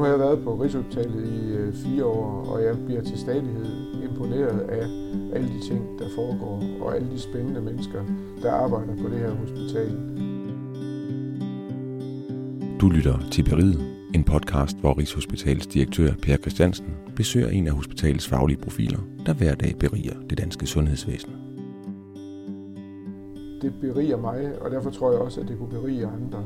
har jeg været på Rigshospitalet i 4 år, og jeg bliver til stadighed imponeret af alle de ting, der foregår, og alle de spændende mennesker, der arbejder på det her hospital. Du lytter til Beriget, en podcast, hvor Rigshospitalets direktør Per Christiansen besøger en af hospitalets faglige profiler, der hver dag beriger det danske sundhedsvæsen. Det beriger mig, og derfor tror jeg også, at det kunne berige andre.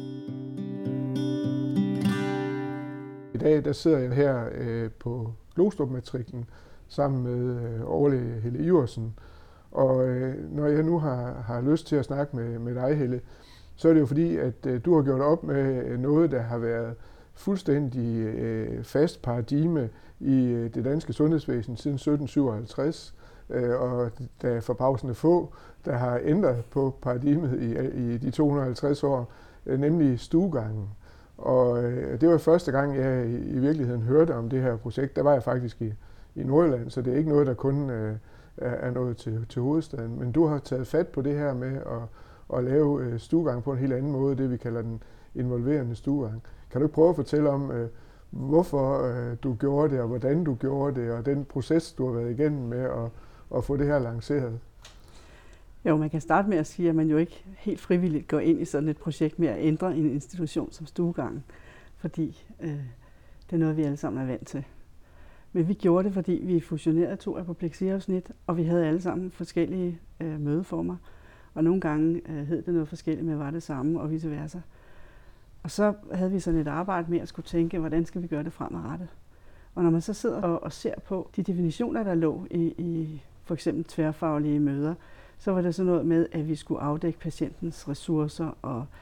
I dag der sidder jeg her på Glostrup-matriklen sammen med overlæge Helle Iversen. Og når jeg nu har lyst til at snakke med dig, Helle, så er det jo fordi, at du har gjort op med noget, der har været fuldstændig fast paradigme i det danske sundhedsvæsen siden 1757. Og der er forbavsende få, der har ændret på paradigmet i de 250 år, nemlig stuegangen. Og det var første gang, jeg i virkeligheden hørte om det her projekt. Der var jeg faktisk i Nordjylland, så det er ikke noget, der kun er noget til hovedstaden. Men du har taget fat på det her med at lave stuegang på en helt anden måde, det vi kalder den involverende stuegang. Kan du ikke prøve at fortælle om, hvorfor du gjorde det, og hvordan du gjorde det, og den proces, du har været igennem med at få det her lanceret? Jo, man kan starte med at sige, at man jo ikke helt frivilligt går ind i sådan et projekt med at ændre en institution som stuegangen, fordi det er noget, vi alle sammen er vant til. Men vi gjorde det, fordi vi fusionerede 2 apopleksiafsnit, og vi havde alle sammen forskellige mødeformer. Og nogle gange hed det noget forskelligt, men var det samme, og vice versa. Og så havde vi sådan et arbejde med at skulle tænke, hvordan skal vi gøre det fremadrettet. Og når man så sidder og ser på de definitioner, der lå i for eksempel tværfaglige møder, så var det sådan noget med, at vi skulle afdække patientens ressourcer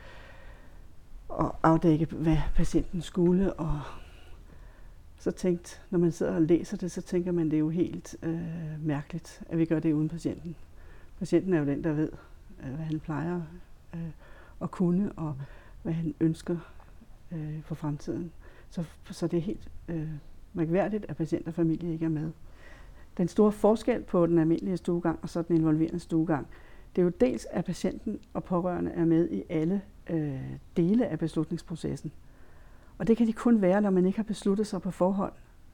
og afdække, hvad patienten skulle. Og så tænkte, når man sidder og læser det, så tænker man, det er jo helt mærkeligt, at vi gør det uden patienten. Patienten er jo den, der ved, hvad han plejer at kunne, og hvad han ønsker for fremtiden. Så det er helt mærkværdigt, at patient og familie ikke er med. Den store forskel på den almindelige stuegang og så den involverende stuegang, det er jo dels, at patienten og pårørende er med i alle dele af beslutningsprocessen. Og det kan de kun være, når man ikke har besluttet sig på forhånd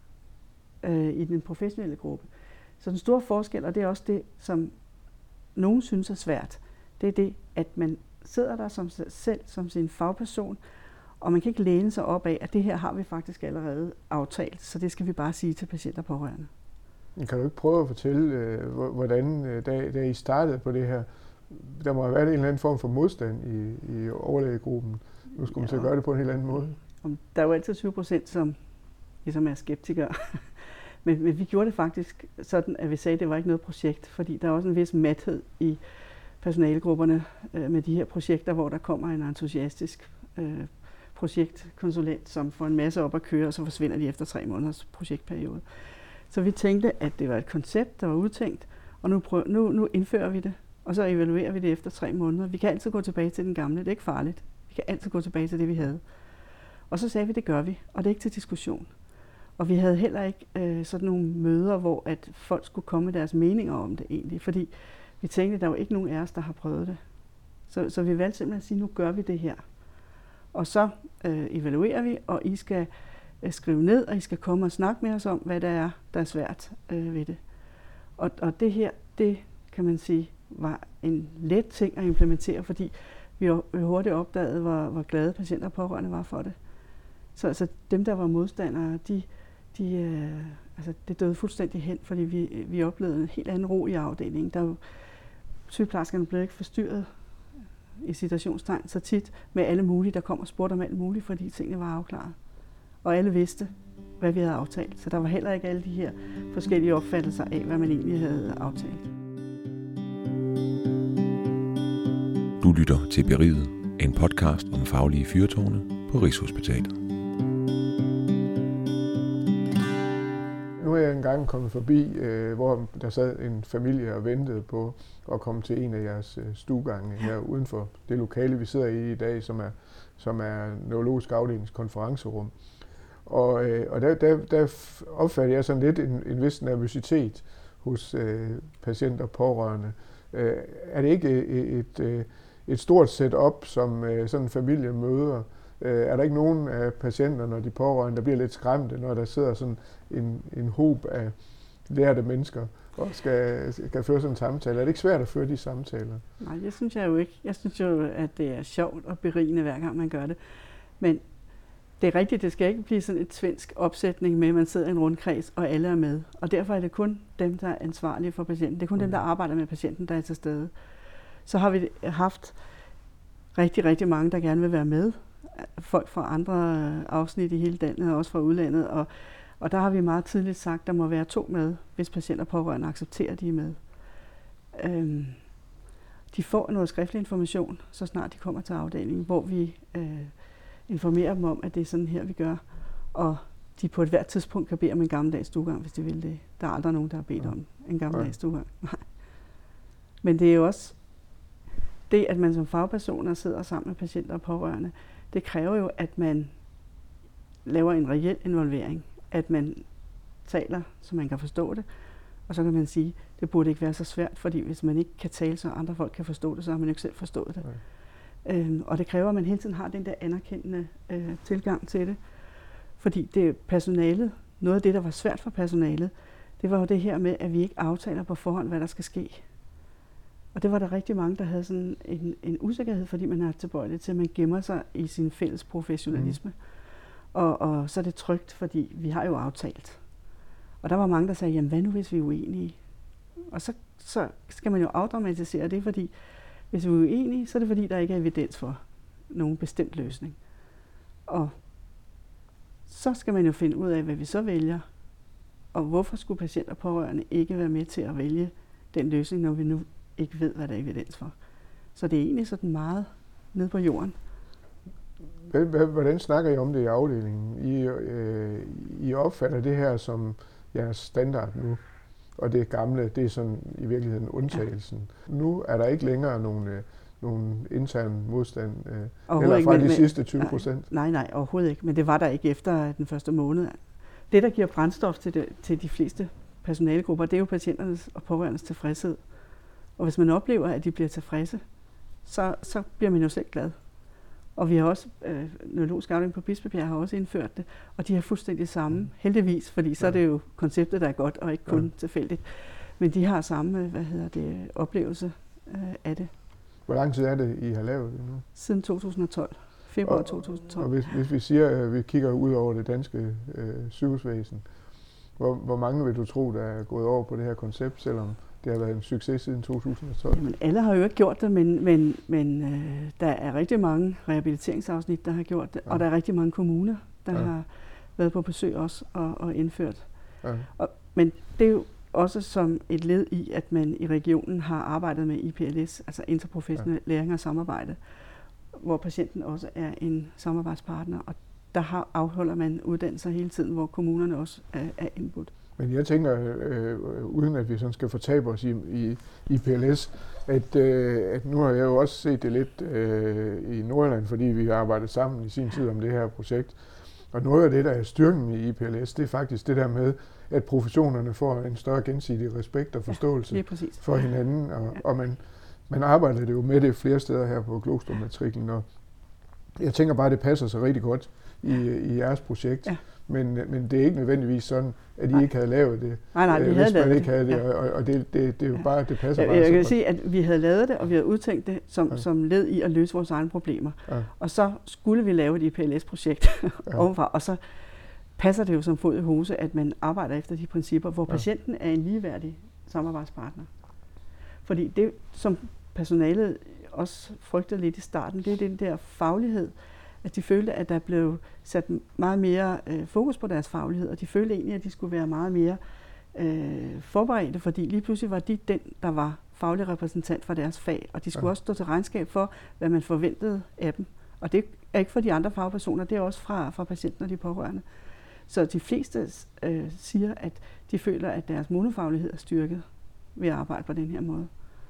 i den professionelle gruppe. Så den store forskel, og det er også det, som nogen synes er svært, det er det, at man sidder der som sig selv, som sin fagperson, og man kan ikke læne sig op af, at det her har vi faktisk allerede aftalt, så det skal vi bare sige til patienter og pårørende. Kan du ikke prøve at fortælle, hvordan da I startede på det her, der må have været en eller anden form for modstand i overlægegruppen. Nu skulle man til at gøre det på en helt anden måde. Der er jo altid 20%, som ligesom er skeptikere. Men vi gjorde det faktisk sådan, at vi sagde, at det var ikke noget projekt, fordi der er også en vis mathed i personalegrupperne med de her projekter, hvor der kommer en entusiastisk projektkonsulent, som får en masse op at køre, og så forsvinder de efter 3 måneders projektperiode. Så vi tænkte, at det var et koncept, der var udtænkt, og nu indfører vi det, og så evaluerer vi det efter 3 måneder. Vi kan altid gå tilbage til den gamle, det er ikke farligt. Vi kan altid gå tilbage til det, vi havde. Og så sagde vi, det gør vi, og det er ikke til diskussion. Og vi havde heller ikke sådan nogle møder, hvor at folk skulle komme med deres meninger om det egentlig, fordi vi tænkte, at der var ikke nogen af os, der har prøvet det. Så vi valgte simpelthen at sige, nu gør vi det her. Og så evaluerer vi, og I skal skrive ned, og I skal komme og snakke med os om, hvad der er svært ved det. Og det her, det kan man sige, var en let ting at implementere, fordi vi hurtigt opdagede, hvor glade patienter og pårørende var for det. Så dem, der var modstandere, det døde fuldstændig hen, fordi vi oplevede en helt anden ro i afdelingen. Sygeplejerskerne blev ikke forstyrret i citationstegn så tit med alle mulige, der kom og spurgte om alt muligt, fordi tingene var afklaret. Og alle vidste, hvad vi havde aftalt. Så der var heller ikke alle de her forskellige opfattelser af, hvad man egentlig havde aftalt. Du lytter til Beriget, en podcast om faglige fyrtårne på Rigshospitalet. Nu er jeg engang kommet forbi, hvor der sad en familie og ventede på at komme til en af jeres stuegange her uden for det lokale, vi sidder i dag, som er neurologisk afdelings konferencerum. Og der opfatter jeg sådan lidt en vis nervøsitet hos patienter og pårørende. Er det ikke et stort setup, som sådan en familie møder Er der ikke nogen af patienterne, når de pårørende, der bliver lidt skræmte, når der sidder sådan en hob af lærte mennesker og skal føre sådan en samtale? Er det ikke svært at føre de samtaler? Nej, det synes jeg jo ikke. Jeg synes jo, at det er sjovt og berigende, hver gang man gør det. Men det er rigtigt, det skal ikke blive sådan et svensk opsætning med, at man sidder i en rundkreds, og alle er med. Og derfor er det kun dem, der er ansvarlige for patienten. Det er kun dem, der arbejder med patienten, der er til stede. Så har vi haft rigtig, rigtig mange, der gerne vil være med. Folk fra andre afsnit i hele landet, og også fra udlandet. Og der har vi meget tidligt sagt, at der må være 2 med, hvis patienter og pårørende accepterer, at de er med. De får noget skriftlig information, så snart de kommer til afdelingen, hvor vi informerer dem om, at det er sådan her, vi gør. Og de på et hvert tidspunkt kan bede om en gammeldags stuegang, hvis de vil det. Der er aldrig nogen, der har bedt om en gammeldags stuegang. Men det er jo også det, at man som fagpersoner sidder sammen med patienter og pårørende. Det kræver jo, at man laver en reel involvering. At man taler, så man kan forstå det. Og så kan man sige, at det burde ikke være så svært, fordi hvis man ikke kan tale, så andre folk kan forstå det, så har man ikke selv forstået det. Og det kræver, at man hele tiden har den der anerkendende tilgang til det. Fordi det er personalet, noget af det, der var svært for personalet, det var jo det her med, at vi ikke aftaler på forhånd, hvad der skal ske. Og det var der rigtig mange, der havde sådan en usikkerhed, fordi man er tilbøjelig til, at man gemmer sig i sin fælles professionalisme. Og så er det trygt, fordi vi har jo aftalt. Og der var mange, der sagde, jamen hvad nu, hvis vi er uenige? Og så skal man jo afdramatisere det, fordi hvis vi er uenige, så er det fordi, der ikke er evidens for nogen bestemt løsning. Og så skal man jo finde ud af, hvad vi så vælger. Og hvorfor skulle patienter og pårørende ikke være med til at vælge den løsning, når vi nu ikke ved, hvad der er evidens for. Så det er egentlig sådan meget nede på jorden. Hvordan snakker I om det i afdelingen? I opfatter det her som jeres standard nu, og det gamle, det er sådan i virkeligheden undtagelsen. Ja. Nu er der ikke længere nogen intern modstand, eller fra de sidste 20%? Nej, overhovedet ikke. Men det var der ikke efter den første måned. Det, der giver brændstof til de fleste personalegrupper, det er jo patienternes og pårørendes tilfredshed. Og hvis man oplever, at de bliver tilfredse, så bliver man jo selv glad. Og vi har også, neurologisk afdeling på Bispebjerg har også indført det, og de har fuldstændig samme, heldigvis, fordi så er det jo konceptet, der er godt, og ikke kun tilfældigt. Men de har samme, oplevelse af det. Hvor lang tid er det, I har lavet det nu? Siden 2012. Februar 2012. Og hvis vi siger, at vi kigger ud over det danske sygehusvæsen, hvor mange vil du tro, der er gået over på det her koncept, selvom det har været en succes siden 2012? Jamen, alle har jo ikke gjort det, men der er rigtig mange rehabiliteringsafsnit, der har gjort det, og der er rigtig mange kommuner, der har været på besøg også og indført. Ja. Men det er jo også som et led i, at man i regionen har arbejdet med IPLS, altså interprofessionel læring og samarbejde, hvor patienten også er en samarbejdspartner, og der afholder man uddannelser hele tiden, hvor kommunerne også er indbudt. Men jeg tænker, uden at vi sådan skal fortabe os i IPLS, at nu har jeg jo også set det lidt i Nordjylland, fordi vi har arbejdet sammen i sin tid om det her projekt. Og noget af det, der er styrken i IPLS, det er faktisk det der med, at professionerne får en større gensidig respekt og forståelse for hinanden. Og man arbejder det jo med det flere steder her på Glostrupmatriklen, og jeg tænker bare, at det passer så rigtig godt i jeres projekt. Ja. Men det er ikke nødvendigvis sådan, at I ikke havde lavet det. Nej, vi havde lavet ikke havde det. Og det er jo bare, det passer bare. Jeg kan sige, at vi havde lavet det, og vi havde udtænkt det som led i at løse vores egne problemer. Ja. Og så skulle vi lave et IPLS-projekt ovenfra, og så passer det jo som fod i hose, at man arbejder efter de principper, hvor patienten er en ligeværdig samarbejdspartner. Fordi det, som personalet også frygtede lidt i starten, det er den der faglighed, at de følte, at der blev sat meget mere fokus på deres faglighed, og de følte egentlig, at de skulle være meget mere forberedte, fordi lige pludselig var de den, der var faglig repræsentant for deres fag, og de skulle også stå til regnskab for, hvad man forventede af dem. Og det er ikke for de andre fagpersoner, det er også fra patienten og de pårørende. Så de fleste siger, at de føler, at deres monofaglighed er styrket ved at arbejde på den her måde.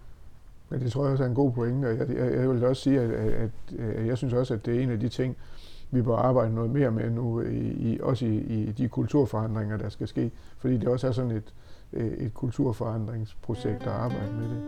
Men det tror jeg også er en god pointe, og jeg vil også sige, at jeg synes også, at det er en af de ting, vi bør arbejde noget mere med nu, også i de kulturforandringer, der skal ske, fordi det også er sådan et kulturforandringsprojekt at arbejde med det.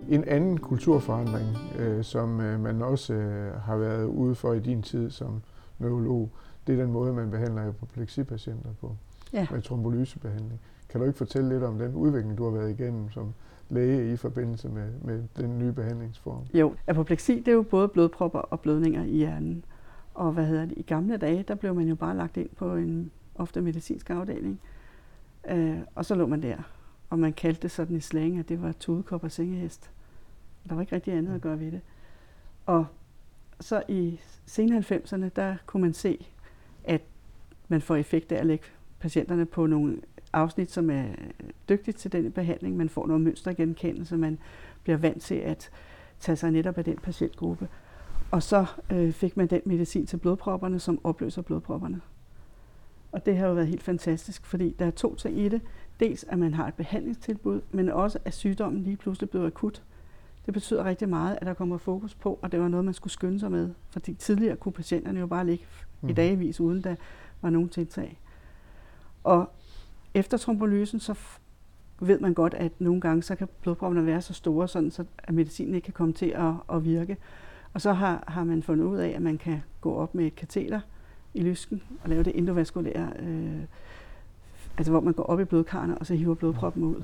En anden kulturforandring, som man også har været ude for i din tid som neurolog, det er den måde, man behandler apopleksipatienter på, med trombolysebehandling. Kan du ikke fortælle lidt om den udvikling, du har været igennem som læge i forbindelse med den nye behandlingsform? Jo, apopleksi, det er jo både blodpropper og blødninger i hjernen. Og i gamle dage, der blev man jo bare lagt ind på en ofte medicinsk afdeling, og så lå man der. Og man kaldte det sådan i slang, at det var tudekop og sengehest. Der var ikke rigtig andet at gøre ved det. Og så i sen 90'erne, der kunne man se, at man får effekt af at lægge patienterne på nogle afsnit, som er dygtigt til den behandling. Man får noget mønstergenkendelse, man bliver vant til at tage sig netop af den patientgruppe. Og så fik man den medicin til blodpropperne, som opløser blodpropperne. Og det har jo været helt fantastisk, fordi der er 2 ting i det. Dels at man har et behandlingstilbud, men også at sygdommen lige pludselig blev akut. Det betyder rigtig meget, at der kommer fokus på, og det var noget, man skulle skynde sig med. Fordi tidligere kunne patienterne jo bare ligge i dagevis, uden der var nogen tiltag. Og efter trombolysen, så ved man godt, at nogle gange så kan blodpropperne være så store, sådan så at medicinen ikke kan komme til at virke. Og så har man fundet ud af, at man kan gå op med et kateter i lysken og lave det endovaskulære, altså hvor man går op i blodkarrene og så hiver blodproppen ud.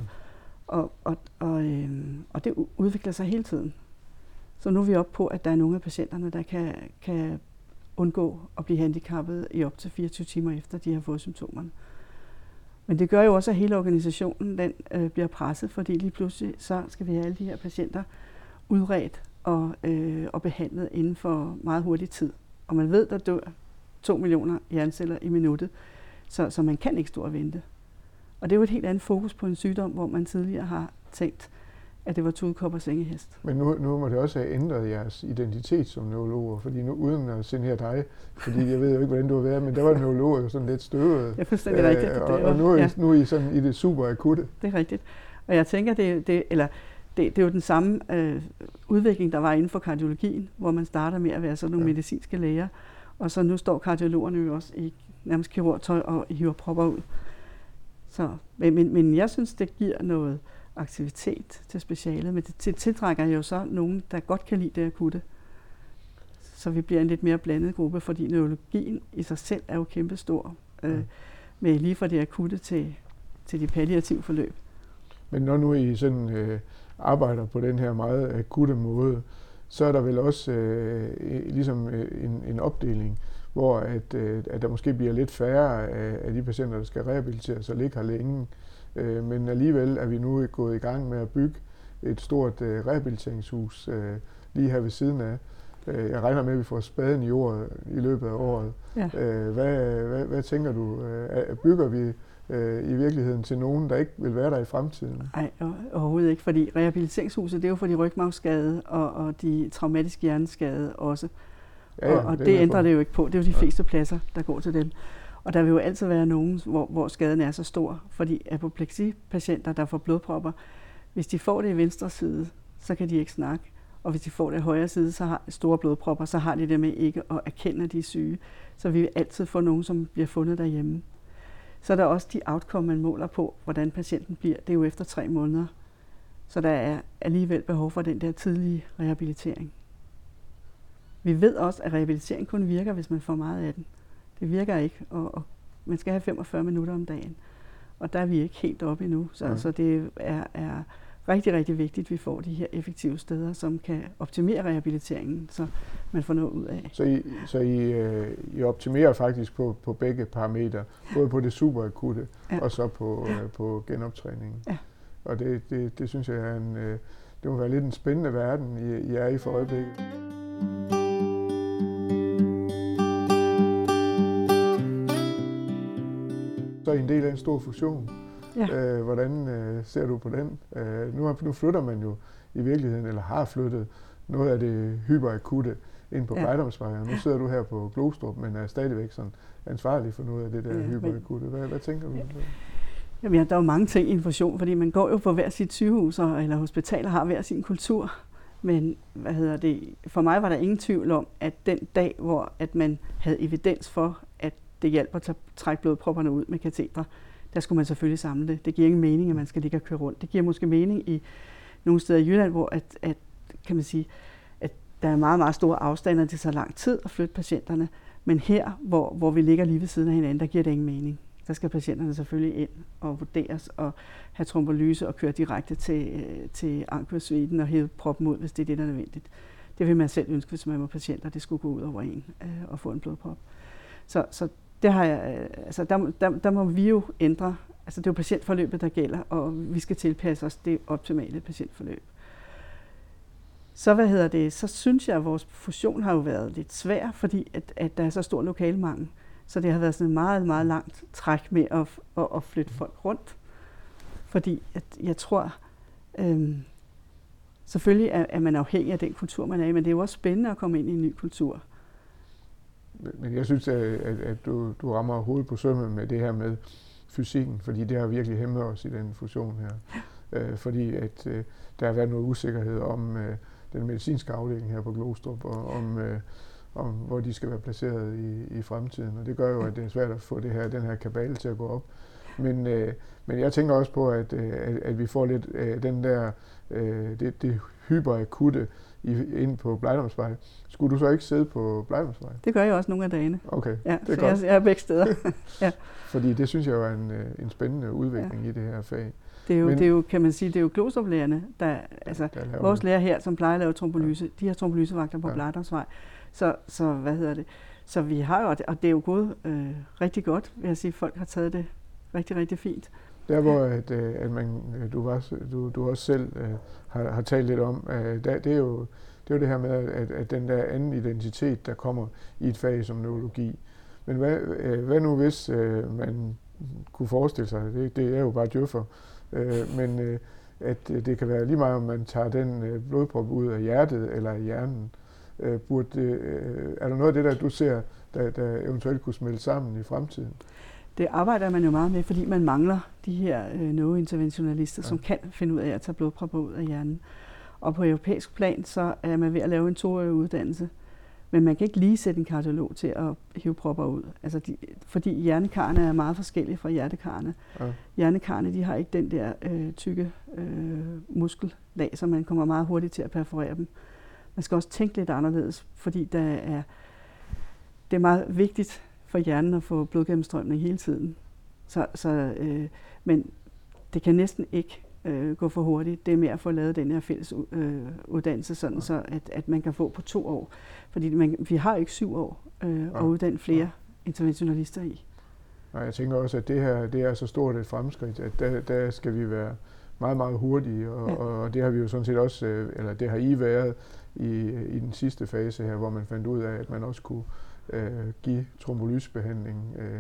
Og det udvikler sig hele tiden. Så nu er vi oppe på, at der er nogle af patienterne, der kan undgå at blive handicappet i op til 24 timer efter, de har fået symptomerne. Men det gør jo også, at hele organisationen den, bliver presset, fordi lige pludselig så skal vi have alle de her patienter udredt og behandlet inden for meget hurtig tid. Og man ved, der dør 2 millioner hjerneceller i minuttet, så man kan ikke stå og vente. Og det er jo et helt andet fokus på en sygdom, hvor man tidligere har tænkt, at det var tudekop og sengehest. Men nu må det også have ændret jeres identitet som neurologer, fordi nu uden at signere dig, fordi jeg ved jo ikke, hvordan du har været, men der var neurologer jo sådan lidt støvet. Ja, fuldstændig rigtigt. Og nu er I sådan i det super akutte. Det er rigtigt. Og jeg tænker, det er jo den samme udvikling, der var inden for kardiologien, hvor man starter med at være sådan nogle medicinske læger, og så nu står kardiologerne jo også i nærmest kirurgtøj og hiver propper ud. Så, men jeg synes, det giver noget aktivitet til specialet, men det tiltrækker jo så nogen, der godt kan lide det akutte. Så vi bliver en lidt mere blandet gruppe, fordi neurologien i sig selv er jo kæmpestor, med lige fra det akutte til de palliative forløb. Men når nu I sådan arbejder på den her meget akutte måde, så er der vel også ligesom en opdeling, hvor at der måske bliver lidt færre af de patienter, der skal rehabiliteres og ligge her længe. Men alligevel er vi nu gået i gang med at bygge et stort rehabiliteringshus lige her ved siden af. Jeg regner med, at vi får spaden i jorden i løbet af året. Ja. Hvad tænker du? Bygger vi i virkeligheden til nogen, der ikke vil være der i fremtiden? Nej, overhovedet ikke, fordi rehabiliteringshuset det er jo for de rygmarvsskadede og de traumatiske hjerneskadede også. Ja, og det ændrer det jo ikke på. Det er jo de fleste pladser, der går til dem. Og der vil jo altid være nogen, hvor skaden er så stor, fordi apopleksipatienter, der får blodpropper, hvis de får det i venstre side, så kan de ikke snakke. Og hvis de får det i højre side, så har store blodpropper, så har de det med ikke at erkende, at de er syge. Så vi vil altid få nogen, som bliver fundet derhjemme. Så er der også de outcome, man måler på, hvordan patienten bliver. Det er jo efter 3 måneder. Så der er alligevel behov for den der tidlige rehabilitering. Vi ved også, at rehabilitering kun virker, hvis man får meget af den. Det virker ikke, og man skal have 45 minutter om dagen. Og der er vi ikke helt oppe endnu. Så det er rigtig, rigtig vigtigt, at vi får de her effektive steder, som kan optimere rehabiliteringen, så man får noget ud af. Så I optimerer faktisk på begge parametre, både på det superakutte og så på genoptræningen. Ja. Og det synes jeg er det må være lidt en spændende verden, I er i for øjeblikket. Så er I en del af en stor fusion. Ja. Hvordan ser du på den? Nu flytter man jo i virkeligheden, eller har flyttet noget af det hyperakutte ind på Blegdomsvej, og nu sidder du her på Glostrup, men er stadigvæk sådan ansvarlig for noget af det der hyperakutte. Hvad tænker du? Jamen, der er jo mange ting i en fusion, fordi man går jo på hver sit sygehus, eller hospitaler har hver sin kultur. Men for mig var der ingen tvivl om, at den dag, hvor at man havde evidens for, at det hjælper at trække blodpropperne ud med katetre, der skulle man selvfølgelig samle det. Det giver ingen mening, at man skal ligge og køre rundt. Det giver måske mening i nogle steder i Jylland, hvor at kan man sige, at der er meget, meget store afstande, og det tager lang tid at flytte patienterne. Men her, hvor vi ligger lige ved siden af hinanden, der giver det ingen mening. Der skal patienterne selvfølgelig ind og vurderes og have trombolyse og køre direkte til angiosviten og hæve proppen ud, hvis det er det, der er nødvendigt. Det vil man selv ønske, hvis man var patient, og det skulle gå ud over en og få en blodprop. Så det har jeg, altså der må vi jo ændre. Altså det er jo patientforløbet, der gælder, og vi skal tilpasse os det optimale patientforløb. Så synes jeg, at vores fusion har jo været lidt svær, fordi at der er så stor lokalmangel. Så det har været sådan et meget, meget langt træk med at flytte folk rundt. Fordi at jeg tror, selvfølgelig er man afhængig af den kultur, man er i, men det er jo også spændende at komme ind i en ny kultur. Men jeg synes, at du rammer hovedet på sømmet med det her med fysikken, fordi det har virkelig hæmmet os i den fusion her. Fordi at der har været noget usikkerhed om den medicinske afdeling her på Glostrup, og om hvor de skal være placeret i fremtiden. Og det gør jo, at det er svært at få den her kabale til at gå op. Men jeg tænker også på, at vi får lidt den der det hyperakutte ind på Blejdomsvej. Skulle du så ikke sidde på Blejdomsvej? Det gør jeg også nogle af dagene. Okay, ja, det er godt. Jeg er begge steder. Ja. Fordi det synes jeg jo er en spændende udvikling i det her fag. Det er jo, kan man sige, det er jo Glostrup-lærerne, der vores lærer her, som plejer at lave trombolyse, de har trombolysevagter på Blejdomsvej. Så vi har jo, og det er jo gået rigtig godt, vil jeg sige, folk har taget det rigtig, rigtig fint. Der hvor du også selv har talt lidt om, det er jo det her med, at den der anden identitet, der kommer i et fag som neurologi. Men hvad nu hvis man kunne forestille sig, det er jo bare djøffer, men at det kan være lige meget, om man tager den blodprop ud af hjertet eller af hjernen. Er der noget af det, der du ser, der eventuelt kunne smelte sammen i fremtiden? Det arbejder man jo meget med, fordi man mangler de her neurointerventionalister, som kan finde ud af at tage blodpropper ud af hjernen. Og på europæisk plan, så er man ved at lave en 2-årig uddannelse. Men man kan ikke lige sætte en kardiolog til at hive propper ud. Altså fordi hjernekarrene er meget forskellige fra hjertekarrene. Ja. Hjernekarrene, de har ikke den der tykke muskellag, så man kommer meget hurtigt til at perforere dem. Man skal også tænke lidt anderledes, fordi det er meget vigtigt for hjernen at få blodgennemstrømning hele tiden. Men det kan næsten ikke gå for hurtigt. Det er mere at få lavet den her fælles uddannelse, sådan så at man kan få på 2 år. Fordi vi har ikke 7 år at uddanne flere interventionalister i. Nej, jeg tænker også, at det her det er så stort et fremskridt, at der skal vi være meget, meget hurtige, og det har vi jo sådan set også, eller det har I været i den sidste fase her, hvor man fandt ud af, at man også kunne give trombolysebehandling,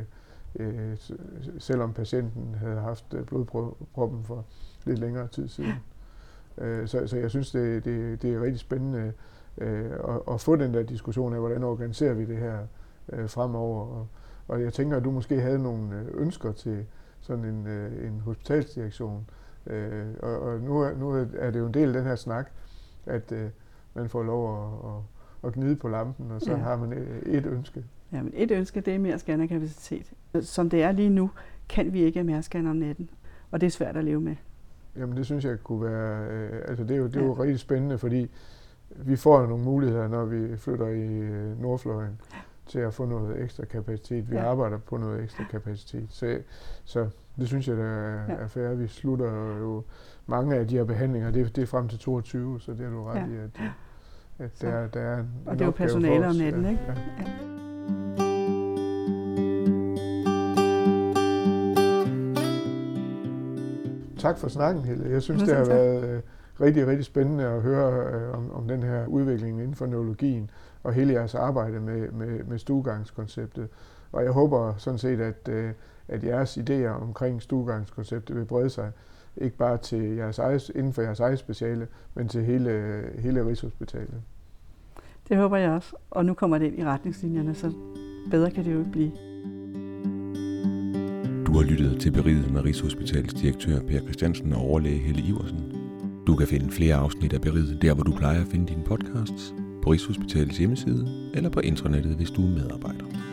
selvom patienten havde haft blodproppen for lidt længere tid siden. Så jeg synes, det er rigtig spændende at få den der diskussion af, hvordan organiserer vi det her fremover. Og jeg tænker, at du måske havde nogle ønsker til sådan en hospitalsdirektion. Og nu er det jo en del af den her snak, at man får lov at gnide på lampen, og så har man et ønske. Ja, men et ønske, det er mere scannerkapacitet. Som det er lige nu, kan vi ikke MR-scanner om natten, og det er svært at leve med. Jamen det synes jeg kunne være, det er jo rigtig spændende, fordi vi får nogle muligheder, når vi flytter i Nordfløjen, til at få noget ekstra kapacitet. Vi arbejder på noget ekstra kapacitet, så det synes jeg, der er fair. Vi slutter jo mange af de her behandlinger, det er frem til 22, så det er du ret i, at der er en og det er jo personale om natten, ikke? Ja. Tak for snakken, Helle. Jeg synes, det har været rigtig, rigtig spændende at høre om den her udvikling inden for neurologien og hele jeres arbejde med stuegangskonceptet. Og jeg håber sådan set, at jeres idéer omkring stuegangskonceptet vil brede sig, ikke bare til inden for jeres eget speciale, men til hele Rigshospitalet. Det håber jeg også. Og nu kommer det ind i retningslinjerne, så bedre kan det jo ikke blive. Du har lyttet til Beriget med Rigshospitalets direktør Per Christiansen og overlæge Helle Iversen. Du kan finde flere afsnit af Beriget der, hvor du plejer at finde dine podcasts, på Rigshospitalets hjemmeside eller på intranettet, hvis du er medarbejder.